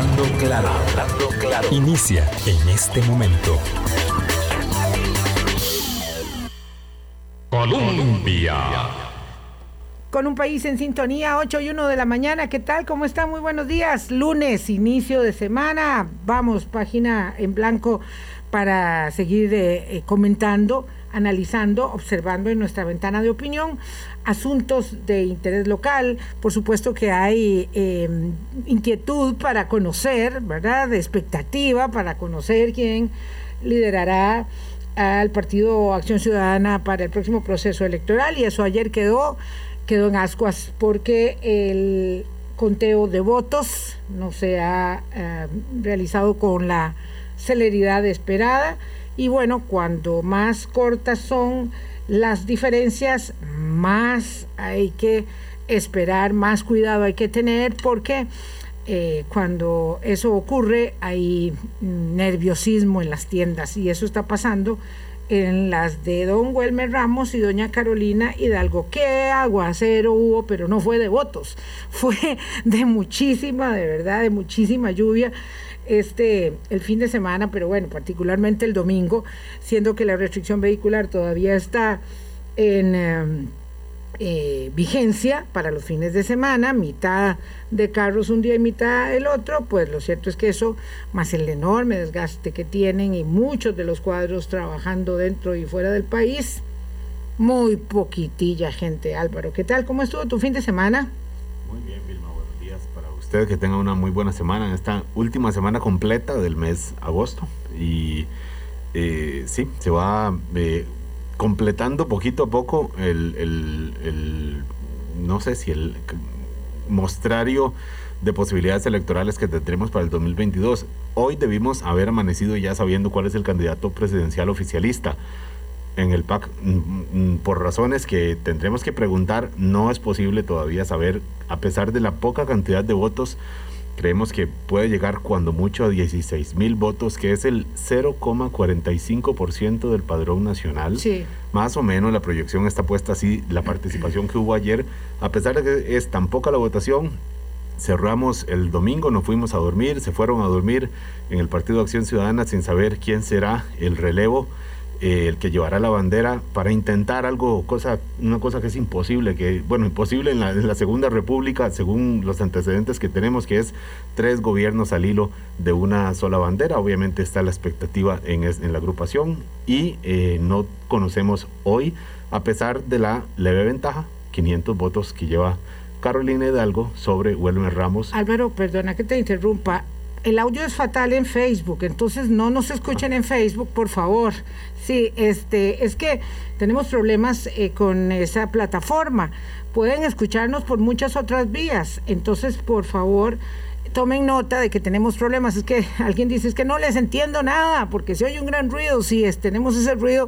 Hablando claro, hablando claro. Inicia en este momento. Colombia. Con un país en sintonía, 8:01 de la mañana. ¿Qué tal? ¿Cómo están? Muy buenos días. Lunes, inicio de semana. Vamos, página en blanco para seguir comentando, analizando, observando en nuestra ventana de opinión asuntos de interés local. Por supuesto que hay inquietud para conocer, ¿verdad? De expectativa para conocer quién liderará al Partido Acción Ciudadana para el próximo proceso electoral, y eso ayer quedó en ascuas porque el conteo de votos no se ha realizado con la celeridad esperada, y bueno, cuando más cortas son las diferencias, más hay que esperar, más cuidado hay que tener, porque cuando eso ocurre hay nerviosismo en las tiendas, y eso está pasando en las de don Welmer Ramos y doña Carolina Hidalgo. Qué aguacero hubo, pero no fue de votos, fue de muchísima, de verdad, de muchísima lluvia el fin de semana, pero bueno, particularmente el domingo, siendo que la restricción vehicular todavía está en vigencia para los fines de semana, mitad de carros un día y mitad el otro. Pues lo cierto es que eso, más el enorme desgaste que tienen y muchos de los cuadros trabajando dentro y fuera del país, muy poquitilla gente. Álvaro, ¿qué tal? ¿Cómo estuvo tu fin de semana? Muy bien, Vilma, buenos días para usted, que tenga una muy buena semana en esta última semana completa del mes agosto, y sí, se va completando poquito a poco no sé si el mostrario de posibilidades electorales que tendremos para el 2022. Hoy debimos haber amanecido ya sabiendo cuál es el candidato presidencial oficialista. En el PAC, por razones que tendremos que preguntar, no es posible todavía saber, a pesar de la poca cantidad de votos. Creemos que puede llegar cuando mucho a 16,000 votos, que es el 0,45% del padrón nacional. Sí. Más o menos la proyección está puesta así. La participación que hubo ayer, a pesar de que es tan poca la votación, cerramos el domingo, nos fuimos a dormir, se fueron a dormir en el Partido Acción Ciudadana sin saber quién será el relevo, el que llevará la bandera, para intentar una cosa que es imposible, imposible en la Segunda República, según los antecedentes que tenemos, que es 3 gobiernos al hilo de una sola bandera. Obviamente está la expectativa en la agrupación, y no conocemos hoy, a pesar de la leve ventaja, 500 votos que lleva Carolina Hidalgo sobre Welmer Ramos. Álvaro, perdona que te interrumpa. El audio es fatal en Facebook, entonces no nos escuchen en Facebook, por favor. Sí, es que tenemos problemas con esa plataforma. Pueden escucharnos por muchas otras vías, entonces por favor tomen nota de que tenemos problemas. Es que alguien dice, es que no les entiendo nada, porque se oye un gran ruido. Sí, tenemos ese ruido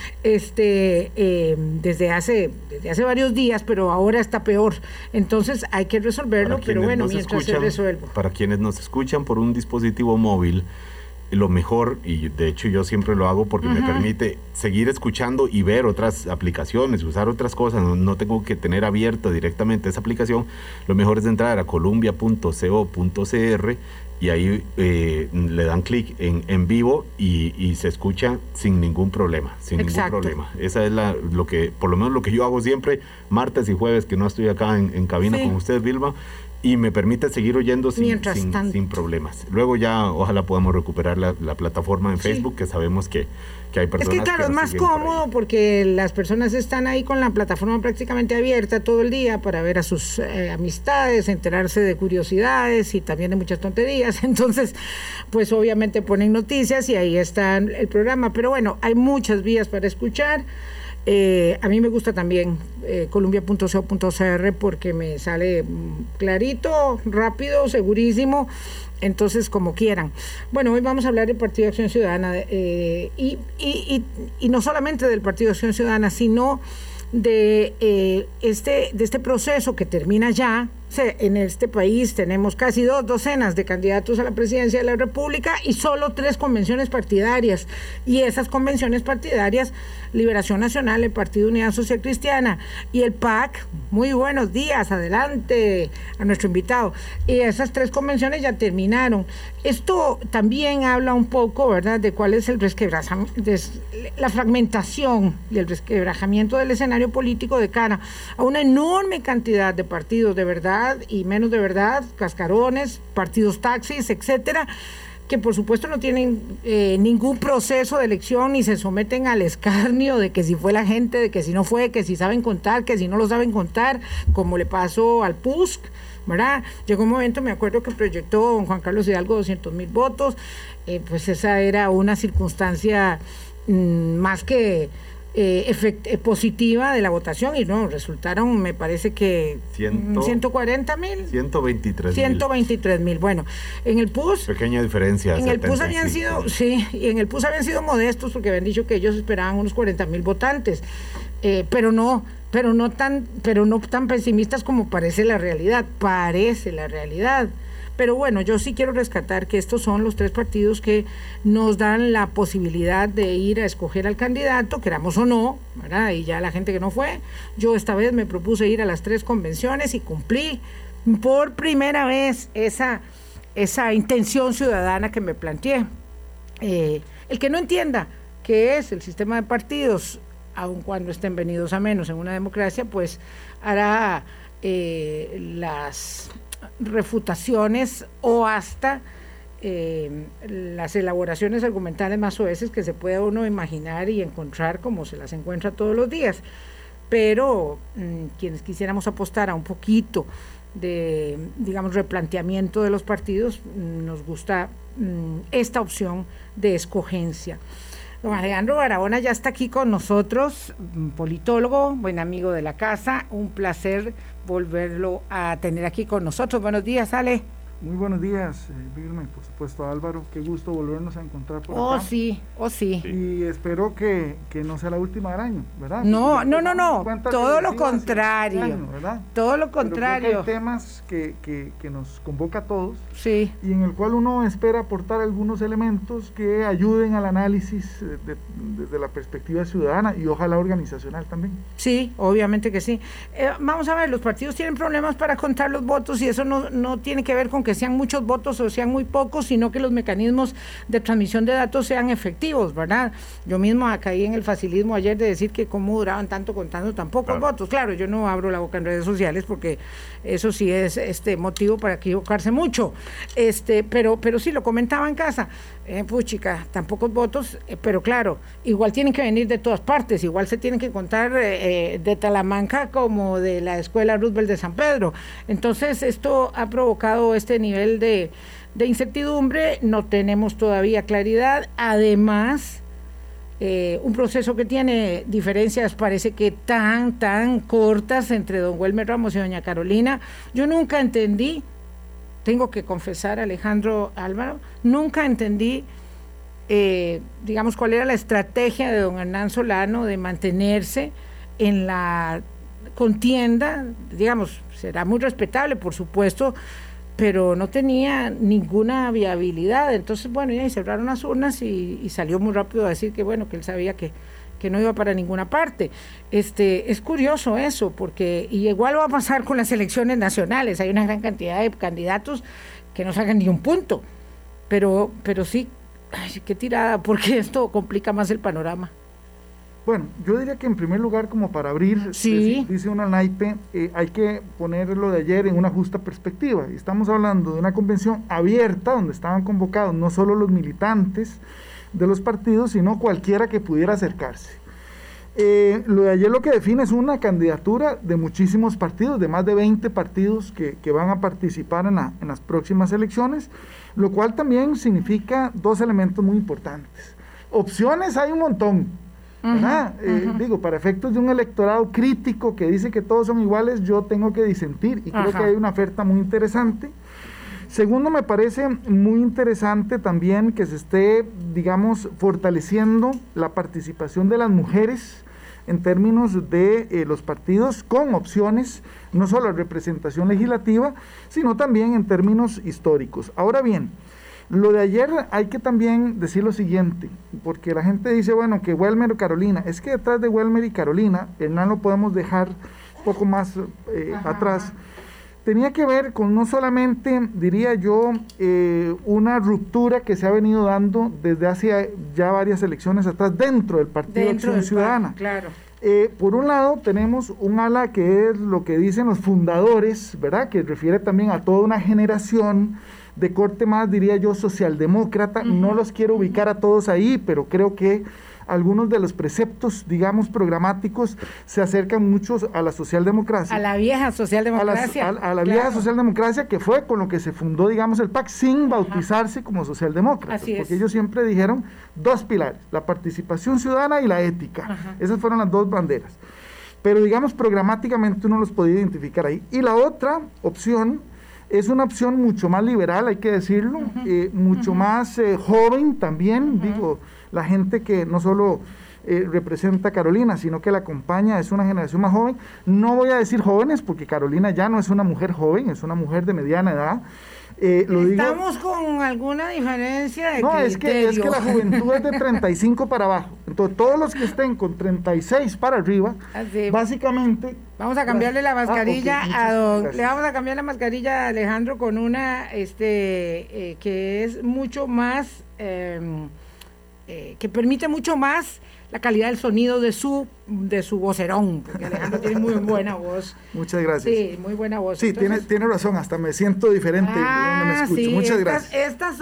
desde hace varios días, pero ahora está peor. Entonces hay que resolverlo, pero bueno, mientras se resuelve. Para quienes nos escuchan por un dispositivo móvil, lo mejor, y de hecho yo siempre lo hago porque me permite seguir escuchando y ver otras aplicaciones, usar otras cosas, no tengo que tener abierta directamente esa aplicación. Lo mejor es entrar a columbia.co.cr y ahí le dan clic en vivo y se escucha sin ningún problema, Exacto. ningún problema. Esa es por lo menos lo que yo hago siempre, martes y jueves, que no estoy acá en cabina con ustedes, Vilma, y me permite seguir oyendo sin problemas. Luego ya ojalá podamos recuperar la plataforma en Facebook, que sabemos que hay personas. Es que claro, es más cómodo porque las personas están ahí con la plataforma prácticamente abierta todo el día para ver a sus amistades, enterarse de curiosidades y también de muchas tonterías. Entonces, pues obviamente ponen noticias y ahí está el programa. Pero bueno, hay muchas vías para escuchar. A mí me gusta también columbia.co.cr porque me sale clarito, rápido, segurísimo. Entonces, como quieran. Bueno, hoy vamos a hablar del Partido Acción Ciudadana y no solamente del Partido Acción Ciudadana, sino de este proceso que termina ya. En este país tenemos casi 2 docenas de candidatos a la presidencia de la República y solo 3 convenciones partidarias. Y esas convenciones partidarias, Liberación Nacional, el Partido Unidad Social Cristiana y el PAC, muy buenos días, adelante a nuestro invitado. Y esas 3 convenciones ya terminaron. Esto también habla un poco, ¿verdad?, de cuál es el la fragmentación y el resquebrajamiento del escenario político de cara a una enorme cantidad de partidos de verdad y menos de verdad, cascarones, partidos taxis, etcétera, que por supuesto no tienen ningún proceso de elección ni se someten al escarnio de que si fue la gente, de que si no fue, que si saben contar, que si no lo saben contar, como le pasó al PUSC, ¿verdad? Llegó un momento, me acuerdo, que proyectó don Juan Carlos Hidalgo 200,000 votos, pues esa era una circunstancia más que positiva de la votación, y no, resultaron, me parece que 140,000. 123,000. Bueno, en el PUS... Pequeña diferencia. En el PUS habían sido, y en el PUS habían sido modestos porque habían dicho que ellos esperaban unos 40,000 votantes, pero no tan pesimistas como parece la realidad. Pero bueno, yo sí quiero rescatar que estos son los 3 partidos que nos dan la posibilidad de ir a escoger al candidato, queramos o no, ¿verdad? Y ya la gente que no fue, yo esta vez me propuse ir a las 3 convenciones y cumplí por primera vez esa intención ciudadana que me planteé. El que no entienda qué es el sistema de partidos, aun cuando estén venidos a menos en una democracia, pues hará las refutaciones o hasta las elaboraciones argumentales más soeces que se pueda uno imaginar y encontrar, como se las encuentra todos los días. Pero quienes quisiéramos apostar a un poquito de, digamos, replanteamiento de los partidos, nos gusta esta opción de escogencia. Don Alejandro Barahona ya está aquí con nosotros, politólogo, buen amigo de la casa, un placer volverlo a tener aquí con nosotros. Buenos días, Ale. Muy buenos días, Vilma, y por supuesto Álvaro, qué gusto volvernos a encontrar por acá. Oh sí. Y espero que no sea la última del año, ¿verdad? No, todo lo contrario, año, ¿verdad? Todo lo contrario. Pero creo que hay temas que nos convoca a todos, sí, y en el cual uno espera aportar algunos elementos que ayuden al análisis desde la perspectiva ciudadana y ojalá organizacional también. Sí, obviamente que sí. Vamos a ver, los partidos tienen problemas para contar los votos y eso no tiene que ver con que sean muchos votos o sean muy pocos, sino que los mecanismos de transmisión de datos sean efectivos, ¿verdad? Yo mismo caí en el facilismo ayer de decir que cómo duraban tanto contando tan pocos votos. Claro, yo no abro la boca en redes sociales porque eso sí es motivo para equivocarse mucho, pero sí lo comentaba en casa, puchica, tan pocos votos, pero claro, igual tienen que venir de todas partes, igual se tienen que contar de Talamanca como de la Escuela Roosevelt de San Pedro. Entonces esto ha provocado este nivel de incertidumbre, no tenemos todavía claridad, además un proceso que tiene diferencias parece que tan cortas entre don Welmer Ramos y doña Carolina. Yo nunca entendí, tengo que confesar, Alejandro, Álvaro, nunca entendí digamos cuál era la estrategia de don Hernán Solano de mantenerse en la contienda. Digamos, será muy respetable, por supuesto, pero no tenía ninguna viabilidad. Entonces, bueno, ya cerraron las urnas y salió muy rápido a decir que, bueno, que él sabía que no iba para ninguna parte. Es curioso eso, porque y igual va a pasar con las elecciones nacionales. Hay una gran cantidad de candidatos que no sacan ni un punto, pero sí, ay, qué tirada, porque esto complica más el panorama. Bueno, yo diría que en primer lugar, como para abrir, sí, dice una naipe, hay que poner lo de ayer en una justa perspectiva. Y estamos hablando de una convención abierta donde estaban convocados no solo los militantes de los partidos, sino cualquiera que pudiera acercarse. Lo de ayer lo que define es una candidatura de muchísimos partidos, de más de 20 partidos que van a participar en las próximas elecciones, lo cual también significa 2 elementos muy importantes. Opciones hay un montón. Digo, para efectos de un electorado crítico que dice que todos son iguales, yo tengo que disentir y creo que hay una oferta muy interesante. Segundo, me parece muy interesante también que se esté, digamos, fortaleciendo la participación de las mujeres en términos de los partidos con opciones, no solo de representación legislativa, sino también en términos históricos. Ahora bien, lo de ayer hay que también decir lo siguiente, porque la gente dice, bueno, que Welmer o Carolina, es que detrás de Welmer y Carolina, Hernán lo podemos dejar un poco más atrás, tenía que ver con no solamente, diría yo, una ruptura que se ha venido dando desde hace ya varias elecciones atrás dentro del Partido Acción Ciudadana. Claro. Por un lado tenemos un ala que es lo que dicen los fundadores, ¿verdad? Que refiere también a toda una generación de corte más, diría yo, socialdemócrata. No los quiero ubicar a todos ahí, pero creo que algunos de los preceptos, digamos, programáticos se acercan muchos a la socialdemocracia. A la vieja socialdemocracia. A la vieja socialdemocracia, que fue con lo que se fundó, digamos, el PAC, sin bautizarse como socialdemócratas. Así es. Porque ellos siempre dijeron dos pilares, la participación ciudadana y la ética. Esas fueron las dos banderas. Pero, digamos, programáticamente uno los podía identificar ahí. Y la otra opción es una opción mucho más liberal, hay que decirlo, mucho más joven también, digo, la gente que no solo representa a Carolina, sino que la acompaña, es una generación más joven. No voy a decir jóvenes, porque Carolina ya no es una mujer joven, es una mujer de mediana edad. Estamos con alguna diferencia de criterio. Es que la juventud es de 35 para abajo. Entonces, todos los que estén con 36 para arriba, básicamente... Vamos a cambiarle la mascarilla le vamos a cambiar la mascarilla a Alejandro con una que es mucho más, que permite mucho más la calidad del sonido de su vocerón, porque Alejandro tiene muy buena voz. Muchas gracias. Sí, muy buena voz. Sí, entonces, tiene razón, hasta me siento diferente donde me escucho. Sí, muchas gracias. Estas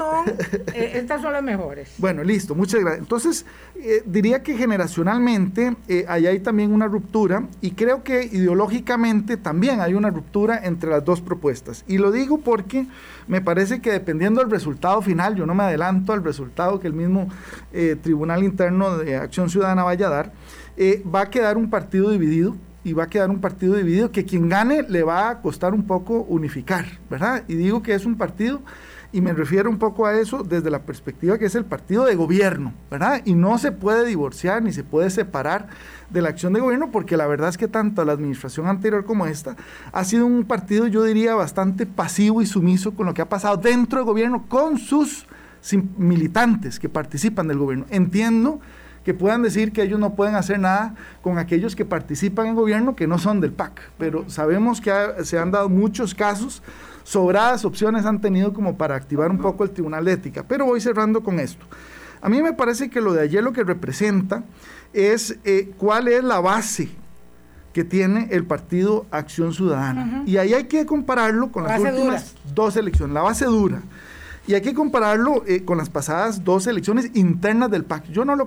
son las mejores. Bueno, listo, muchas gracias. Entonces, diría que generacionalmente ahí hay también una ruptura, y creo que ideológicamente también hay una ruptura entre las dos propuestas. Y lo digo porque me parece que dependiendo del resultado final, yo no me adelanto al resultado que el mismo Tribunal Interno de Acción Ciudadana vaya a dar, va a quedar un partido dividido, y va a quedar un partido dividido que quien gane le va a costar un poco unificar, ¿verdad? Y digo que es un partido, y me refiero un poco a eso desde la perspectiva que es el partido de gobierno, ¿verdad? Y no se puede divorciar ni se puede separar de la acción de gobierno, porque la verdad es que tanto la administración anterior como esta ha sido un partido, yo diría, bastante pasivo y sumiso con lo que ha pasado dentro del gobierno con sus militantes que participan del gobierno. Entiendo que puedan decir que ellos no pueden hacer nada con aquellos que participan en gobierno que no son del PAC, pero sabemos que se han dado muchos casos, sobradas opciones han tenido como para activar un poco el Tribunal de Ética. Pero voy cerrando con esto. A mí me parece que lo de ayer lo que representa es cuál es la base que tiene el Partido Acción Ciudadana. Y ahí hay que compararlo con las últimas dos elecciones, la base dura. Y hay que compararlo con las pasadas dos elecciones internas del PAC. Yo no lo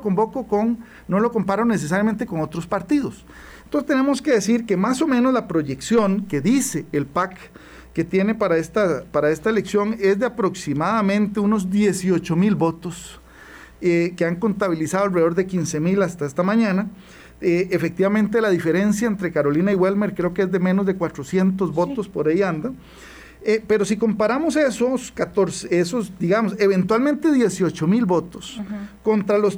comparo necesariamente con otros partidos. Entonces tenemos que decir que más o menos la proyección que dice el PAC que tiene para esta elección es de aproximadamente unos 18,000 votos, que han contabilizado alrededor de 15,000 hasta esta mañana. Efectivamente la diferencia entre Carolina y Welmer creo que es de menos de 400 votos, por ahí anda. Pero si comparamos esos digamos, eventualmente 18,000 votos contra los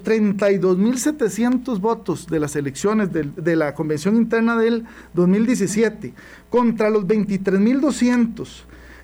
32,700 votos de las elecciones de la Convención Interna del 2017, contra los 23,200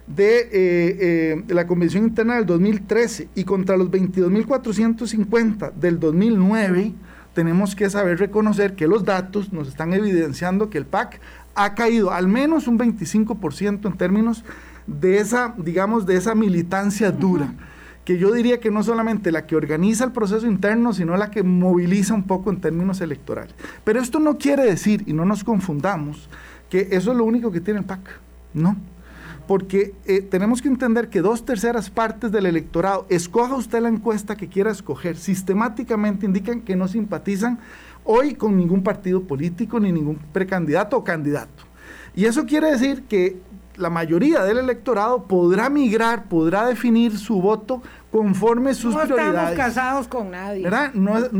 de la Convención Interna del 2013 y contra los 22,450 del 2009, tenemos que saber reconocer que los datos nos están evidenciando que el PAC ha caído al menos un 25% en términos de esa, digamos, de esa militancia dura, que yo diría que no solamente la que organiza el proceso interno, sino la que moviliza un poco en términos electorales. Pero esto no quiere decir, y no nos confundamos, que eso es lo único que tiene el PAC, no. Porque tenemos que entender que 2/3 partes del electorado, escoja usted la encuesta que quiera escoger, sistemáticamente indican que no simpatizan hoy con ningún partido político, ni ningún precandidato o candidato. Y eso quiere decir que la mayoría del electorado podrá migrar, podrá definir su voto conforme sus prioridades. No estamos casados con nadie. ¿Verdad?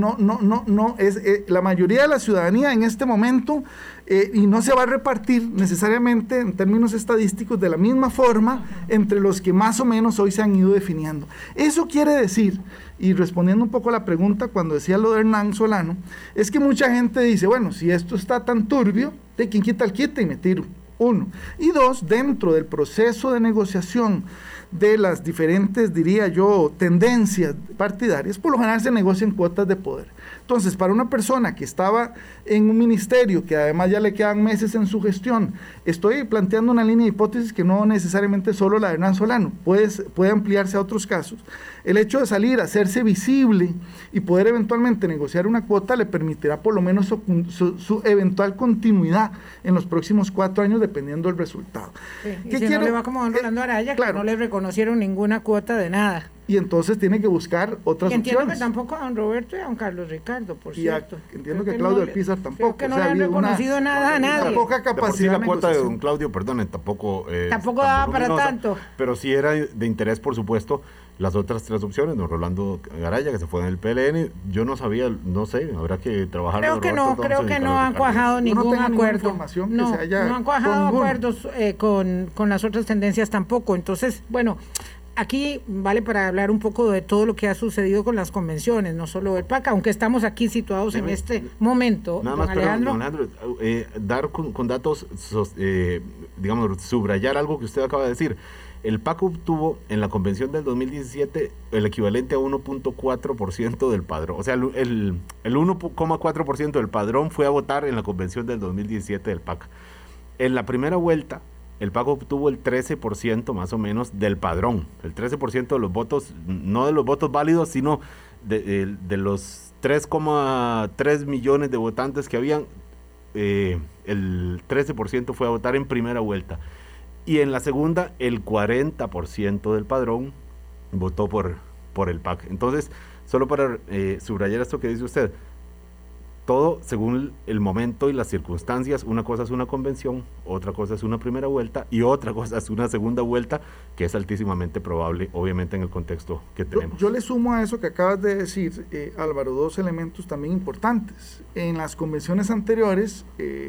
No, es la mayoría de la ciudadanía en este momento, y no se va a repartir necesariamente en términos estadísticos de la misma forma entre los que más o menos hoy se han ido definiendo. Eso quiere decir, y respondiendo un poco a la pregunta cuando decía lo de Hernán Solano, es que mucha gente dice, bueno, si esto está tan turbio, ¿de quién quita el quita y me tiro? Uno. Y dos, dentro del proceso de negociación de las diferentes, diría yo, tendencias partidarias, por lo general se negocian cuotas de poder. Entonces, para una persona que estaba en un ministerio, que además ya le quedan meses en su gestión, estoy planteando una línea de hipótesis que no necesariamente solo la de Hernán Solano, puede ampliarse a otros casos. El hecho de salir, hacerse visible y poder eventualmente negociar una cuota le permitirá por lo menos su eventual continuidad en los próximos 4 años, dependiendo del resultado. Sí, y si no le va como don Rolando Araya, claro, que no le reconocieron ninguna cuota de nada. Y entonces tiene que buscar otras opciones. Entiendo que tampoco a don Roberto y a don Carlos Ricardo, por cierto. Entiendo que Claudio Alpizar tampoco. Que no le han reconocido nada a nadie. Poca capacidad. La cuota de don Claudio, perdonen, tampoco daba para tanto. Pero sí era de interés, por supuesto, las otras 3 opciones. Don Rolando Araya, que se fue en el PLN, yo no sabía, no sé, habrá que trabajar. Creo que no han cuajado ningún acuerdo. No han cuajado acuerdos con las otras tendencias tampoco. Entonces, bueno, aquí vale para hablar un poco de todo lo que ha sucedido con las convenciones, no solo el PAC, aunque estamos aquí situados en este momento. Nada más, Alejandro, dar con datos, digamos, subrayar algo que usted acaba de decir. El PAC obtuvo en la convención del 2017 el equivalente a 1.4% del padrón. O sea, el 1.4% del padrón fue a votar en la convención del 2017 del PAC. En la primera vuelta, el PAC obtuvo el 13% más o menos del padrón. El 13% de los votos, no de los votos válidos, sino de los 3,3 millones de votantes que habían, el 13% fue a votar en primera vuelta. Y en la segunda, el 40% del padrón votó por el PAC. Entonces, solo para subrayar esto que dice usted, todo según el momento y las circunstancias. Una cosa es una convención, otra cosa es una primera vuelta y otra cosa es una segunda vuelta, que es altísimamente probable, obviamente, en el contexto que tenemos. Yo le sumo a eso que acabas de decir, Álvaro, 2 elementos también importantes. En las convenciones anteriores,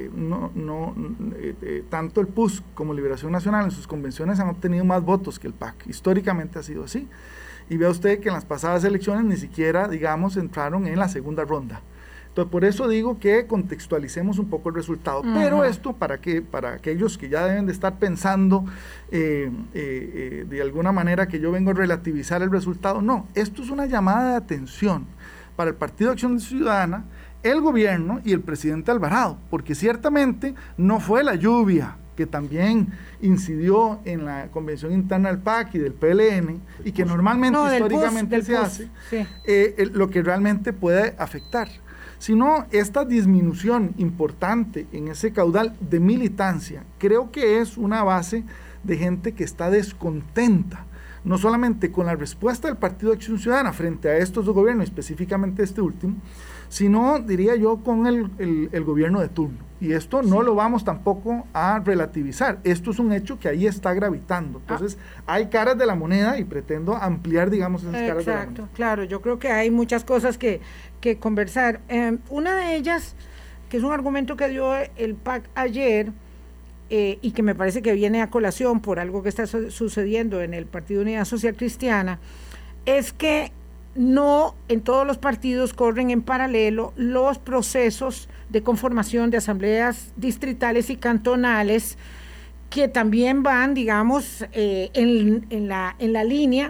tanto el PUS como Liberación Nacional en sus convenciones han obtenido más votos que el PAC. Históricamente ha sido así. Y vea usted que en las pasadas elecciones ni siquiera, digamos, entraron en la segunda ronda. Entonces, por eso digo que contextualicemos un poco el resultado. Pero esto, para aquellos que ya deben de estar pensando de alguna manera que yo vengo a relativizar el resultado, no, esto es una llamada de atención para el Partido de Acción Ciudadana, el gobierno y el presidente Alvarado, porque ciertamente no fue la lluvia que también incidió en la convención interna del PAC y del PLN, y que normalmente históricamente se hace, sí, lo que realmente puede afectar, sino esta disminución importante en ese caudal de militancia. Creo que es una base de gente que está descontenta, no solamente con la respuesta del Partido de Acción Ciudadana frente a estos dos gobiernos, específicamente este último, sino, diría yo, con el gobierno de turno. Y esto no lo vamos tampoco a relativizar. Esto es un hecho que ahí está gravitando. Entonces, hay caras de la moneda y pretendo ampliar, digamos, esas caras de la moneda. Exacto, claro. Yo creo que hay muchas cosas que conversar. Una de ellas, que es un argumento que dio el PAC ayer, y que me parece que viene a colación por algo que está sucediendo en el Partido Unidad Social Cristiana, es que no en todos los partidos corren en paralelo los procesos de conformación de asambleas distritales y cantonales, que también van, digamos, en la línea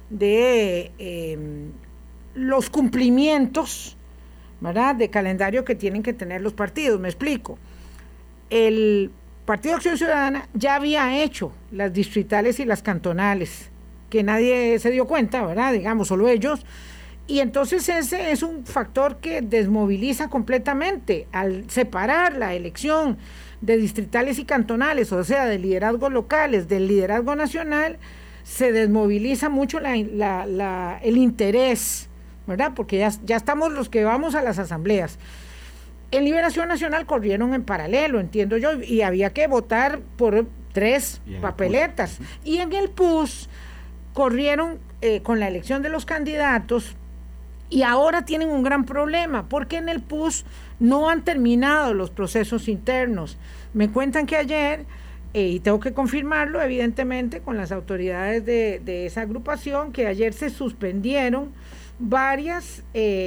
de los cumplimientos, ¿verdad?, de calendario que tienen que tener los partidos. Me explico. El Partido de Acción Ciudadana ya había hecho las distritales y las cantonales, que nadie se dio cuenta, ¿verdad?, digamos, solo ellos, y entonces ese es un factor que desmoviliza completamente al separar la elección de distritales y cantonales, o sea, de liderazgos locales, del liderazgo nacional. Se desmoviliza mucho el interés, ¿verdad?, porque ya estamos los que vamos a las asambleas. En Liberación Nacional corrieron en paralelo, entiendo yo, y había que votar por 3 papeletas. Y en el PUS corrieron con la elección de los candidatos y ahora tienen un gran problema porque en el PUS no han terminado los procesos internos. Me cuentan que ayer, y tengo que confirmarlo evidentemente con las autoridades de esa agrupación, que ayer se suspendieron varias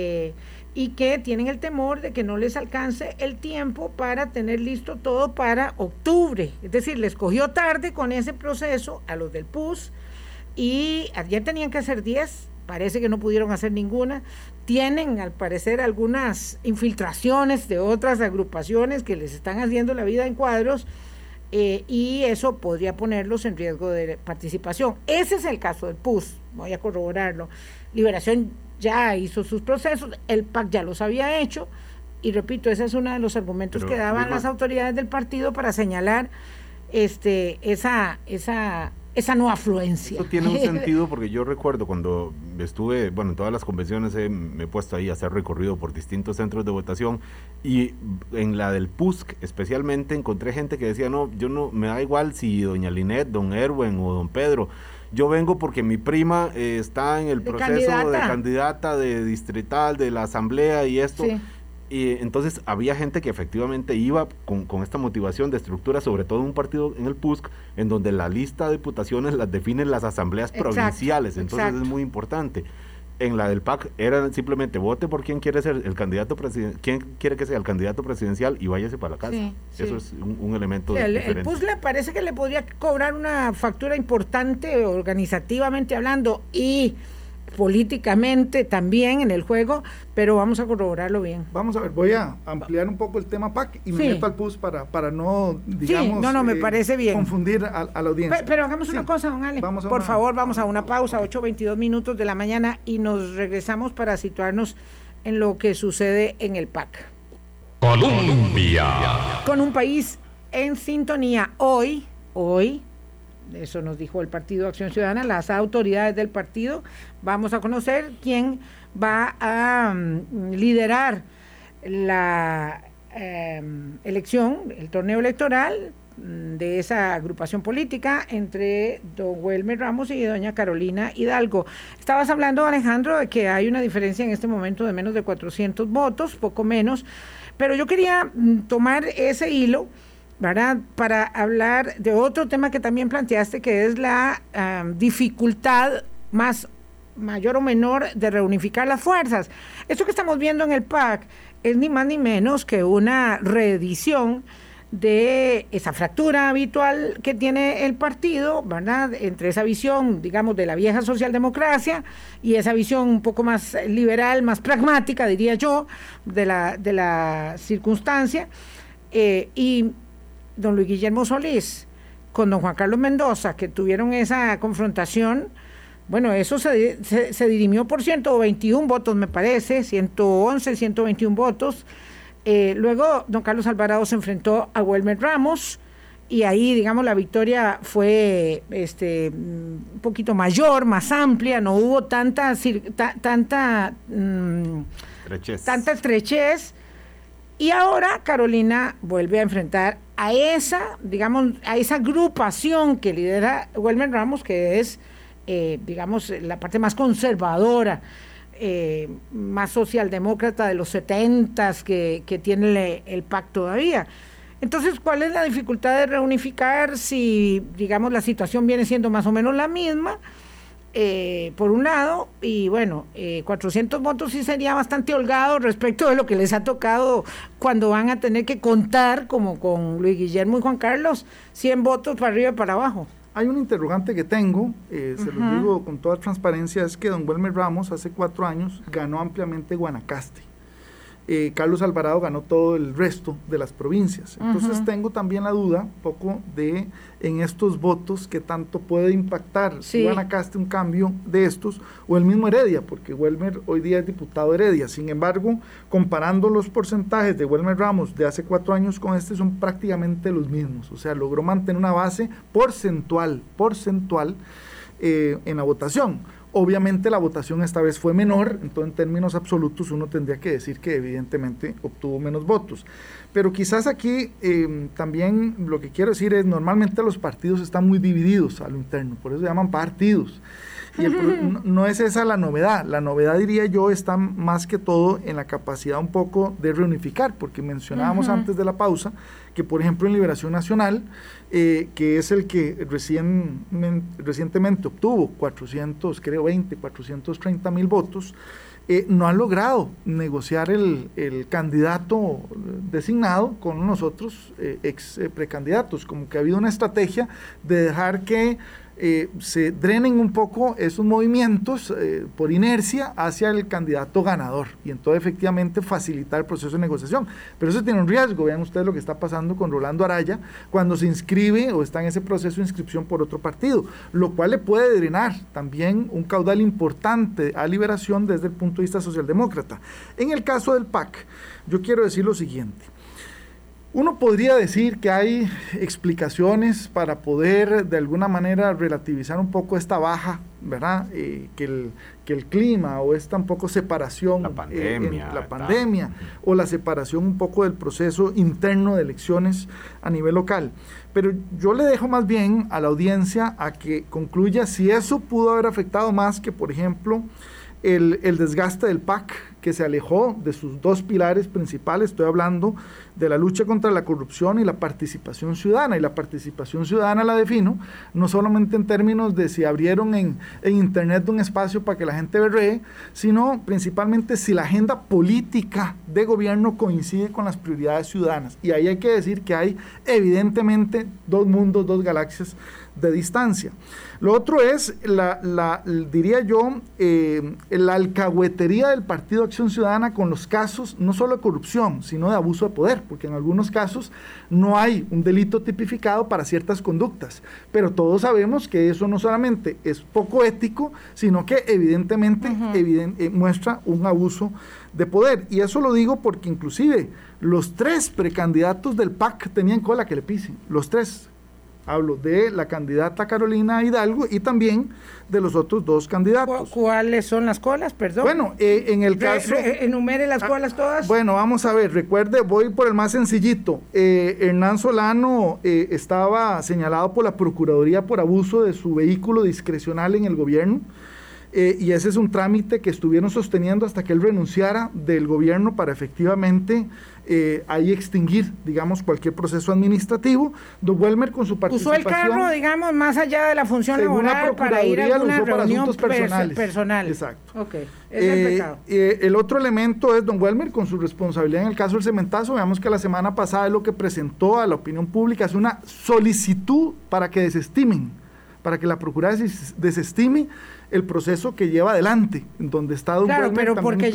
y que tienen el temor de que no les alcance el tiempo para tener listo todo para octubre. Es decir, les cogió tarde con ese proceso a los del PUS y ayer tenían que hacer 10, parece que no pudieron hacer ninguna. Tienen al parecer algunas infiltraciones de otras agrupaciones que les están haciendo la vida en cuadros y eso podría ponerlos en riesgo de participación. Ese es el caso del PUS, voy a corroborarlo. Liberación ya hizo sus procesos, el PAC ya los había hecho y repito, ese es uno de los argumentos que daban las autoridades del partido para señalar esa no afluencia. Eso tiene un sentido porque yo recuerdo cuando estuve, en todas las convenciones me he puesto ahí a hacer recorrido por distintos centros de votación y en la del PUSC especialmente encontré gente que decía, no me da igual si doña Linet, don Erwin o don Pedro, yo vengo porque mi prima está en el proceso de candidata de distrital de la asamblea y esto. Sí. Y entonces había gente que efectivamente iba con esta motivación de estructura, sobre todo en un partido en el PUSC, en donde la lista de diputaciones las definen las asambleas provinciales, entonces es muy importante. En la del PAC era simplemente vote por quién quiere ser el candidato quién quiere que sea el candidato presidencial y váyase para la casa. Eso es un elemento diferente. El PUSC le parece que le podría cobrar una factura importante organizativamente hablando y políticamente también en el juego, pero vamos a corroborarlo bien. Vamos a ver, voy a ampliar un poco el tema PAC y me meto al PUS para no, digamos, me parece bien confundir a la audiencia. Pero hagamos una cosa, don Ale, por favor, vamos a una pausa, 8:22 minutos de la mañana y nos regresamos para situarnos en lo que sucede en el PAC. Colombia. Con un país en sintonía. Hoy, eso nos dijo el Partido Acción Ciudadana, las autoridades del partido, vamos a conocer quién va a liderar la elección, el torneo electoral de esa agrupación política entre don Welmer Ramos y doña Carolina Hidalgo. Estabas hablando, Alejandro, de que hay una diferencia en este momento de menos de 400 votos, poco menos, pero yo quería tomar ese hilo, ¿verdad?, para hablar de otro tema que también planteaste, que es la dificultad mayor o menor de reunificar las fuerzas. Esto que estamos viendo en el PAC es ni más ni menos que una reedición de esa fractura habitual que tiene el partido, ¿verdad?, entre esa visión, digamos, de la vieja socialdemocracia y esa visión un poco más liberal, más pragmática, diría yo, de la circunstancia, y don Luis Guillermo Solís con don Juan Carlos Mendoza, que tuvieron esa confrontación, bueno, eso se dirimió por 121 votos, me parece, 111, 121 votos. Luego don Carlos Alvarado se enfrentó a Welmer Ramos y ahí, digamos, la victoria fue un poquito mayor, más amplia, no hubo tanta estrechez. Y ahora Carolina vuelve a enfrentar a esa agrupación que lidera Welmer Ramos, que es, digamos, la parte más conservadora, más socialdemócrata de los 70s que tiene el PAC todavía. Entonces, ¿cuál es la dificultad de reunificar si, digamos, la situación viene siendo más o menos la misma? Por un lado, y bueno, 400 votos sí sería bastante holgado respecto de lo que les ha tocado cuando van a tener que contar, como con Luis Guillermo y Juan Carlos, 100 votos para arriba y para abajo. Hay un interrogante que tengo, se lo digo con toda transparencia, es que don Welmer Ramos hace 4 años ganó ampliamente Guanacaste. Carlos Alvarado ganó todo el resto de las provincias. Entonces tengo también la duda, un poco de en estos votos, que tanto puede impactar si Guanacaste un cambio de estos, o el mismo Heredia, porque Welmer hoy día es diputado Heredia. Sin embargo, comparando los porcentajes de Welmer Ramos de hace 4 años con son prácticamente los mismos. O sea, logró mantener una base porcentual en la votación. Obviamente la votación esta vez fue menor, entonces en términos absolutos uno tendría que decir que evidentemente obtuvo menos votos. Pero quizás aquí también lo que quiero decir es, normalmente los partidos están muy divididos a lo interno, por eso se llaman partidos. Y no es esa la novedad diría yo está más que todo en la capacidad un poco de reunificar, porque mencionábamos antes de la pausa que por ejemplo en Liberación Nacional, que es el que recientemente obtuvo 430,000 votos, no han logrado negociar el candidato designado con los otros ex precandidatos, como que ha habido una estrategia de dejar que se drenen un poco esos movimientos por inercia hacia el candidato ganador y entonces efectivamente facilitar el proceso de negociación, pero eso tiene un riesgo. Vean ustedes lo que está pasando con Rolando Araya cuando se inscribe o está en ese proceso de inscripción por otro partido, lo cual le puede drenar también un caudal importante a Liberación desde el punto de vista socialdemócrata. En el caso del PAC, yo quiero decir lo siguiente. Uno podría decir que hay explicaciones para poder de alguna manera relativizar un poco esta baja, ¿verdad? Que el clima o esta un poco separación, la pandemia o la separación un poco del proceso interno de elecciones a nivel local. Pero yo le dejo más bien a la audiencia a que concluya si eso pudo haber afectado más que, por ejemplo, el desgaste del PAC, que se alejó de sus dos pilares principales. Estoy hablando de la lucha contra la corrupción y la participación ciudadana, y la participación ciudadana la defino no solamente en términos de si abrieron en internet un espacio para que la gente berree, sino principalmente si la agenda política de gobierno coincide con las prioridades ciudadanas, y ahí hay que decir que hay evidentemente dos mundos, dos galaxias de distancia. Lo otro es, diría yo, la alcahuetería del Partido Acción Ciudadana con los casos, no solo de corrupción, sino de abuso de poder, porque en algunos casos no hay un delito tipificado para ciertas conductas, pero todos sabemos que eso no solamente es poco ético, sino que evidentemente muestra un abuso de poder, y eso lo digo porque inclusive los 3 precandidatos del PAC tenían cola que le pisen, los 3. Hablo de la candidata Carolina Hidalgo y también de los otros 2 candidatos. ¿Cuáles son las colas, perdón? Bueno, en el caso... Enumere las colas todas. Bueno, vamos a ver, recuerde, voy por el más sencillito. Hernán Solano estaba señalado por la Procuraduría por abuso de su vehículo discrecional en el gobierno. Y ese es un trámite que estuvieron sosteniendo hasta que él renunciara del gobierno para efectivamente ahí extinguir, digamos, cualquier proceso administrativo. Don Welmer con su participación... Usó el carro, digamos, más allá de la función laboral para ir a alguna reunión personal. Exacto. Ok, es el pecado. El otro elemento es don Welmer con su responsabilidad en el caso del cementazo. Veamos que la semana pasada es lo que presentó a la opinión pública, es una solicitud para que desestimen, para que la Procuraduría desestime el proceso que lleva adelante, donde está don Claro, Welmer pero porque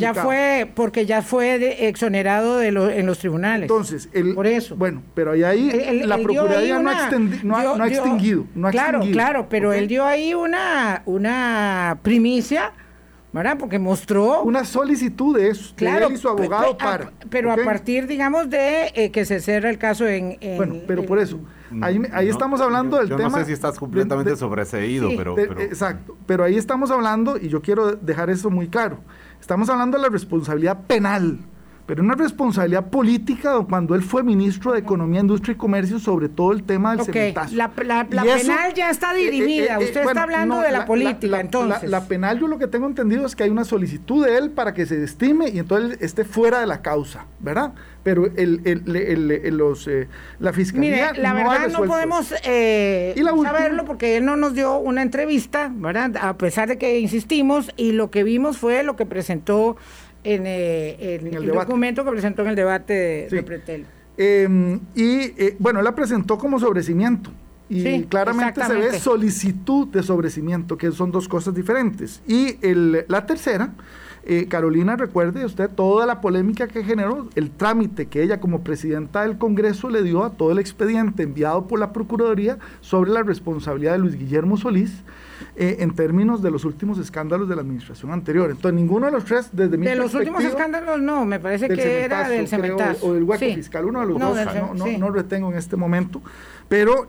ya fue exonerado en los tribunales. Entonces, por eso. Bueno, pero ahí la Procuraduría no ha extinguido. Claro, pero él dio ahí una primicia, ¿verdad? Porque mostró una solicitud de eso, claro, él y su abogado pero ¿okay? A partir, digamos, de que se cierra el caso bueno, pero por eso, ahí estamos hablando del tema... Yo no sé si estás completamente sobreseído, sí, pero... Exacto, pero ahí estamos hablando, y yo quiero dejar eso muy claro, estamos hablando de la responsabilidad penal, pero una responsabilidad política cuando él fue ministro de Economía, Industria y Comercio sobre todo el tema del cementazo. La penal ya está dirimida, usted está hablando de la política, entonces. La penal, yo lo que tengo entendido es que hay una solicitud de él para que se desestime y entonces esté fuera de la causa, ¿verdad? Pero la Fiscalía... Mire, la verdad no podemos saberlo porque él no nos dio una entrevista, ¿verdad? A pesar de que insistimos, y lo que vimos fue lo que presentó en el documento que presentó en el debate de Pretel. Bueno, la presentó como sobrecimiento y sí, claramente se ve solicitud de sobrecimiento, que son 2 cosas diferentes. Y la tercera, Carolina, recuerde usted toda la polémica que generó, el trámite que ella como presidenta del Congreso le dio a todo el expediente enviado por la Procuraduría sobre la responsabilidad de Luis Guillermo Solís, en términos de los últimos escándalos de la administración anterior. Entonces, ninguno de los 3, desde mi perspectiva... De los últimos escándalos, no, me parece que era del cementazo. O del hueco fiscal, uno de los 2, no retengo en este momento. Pero...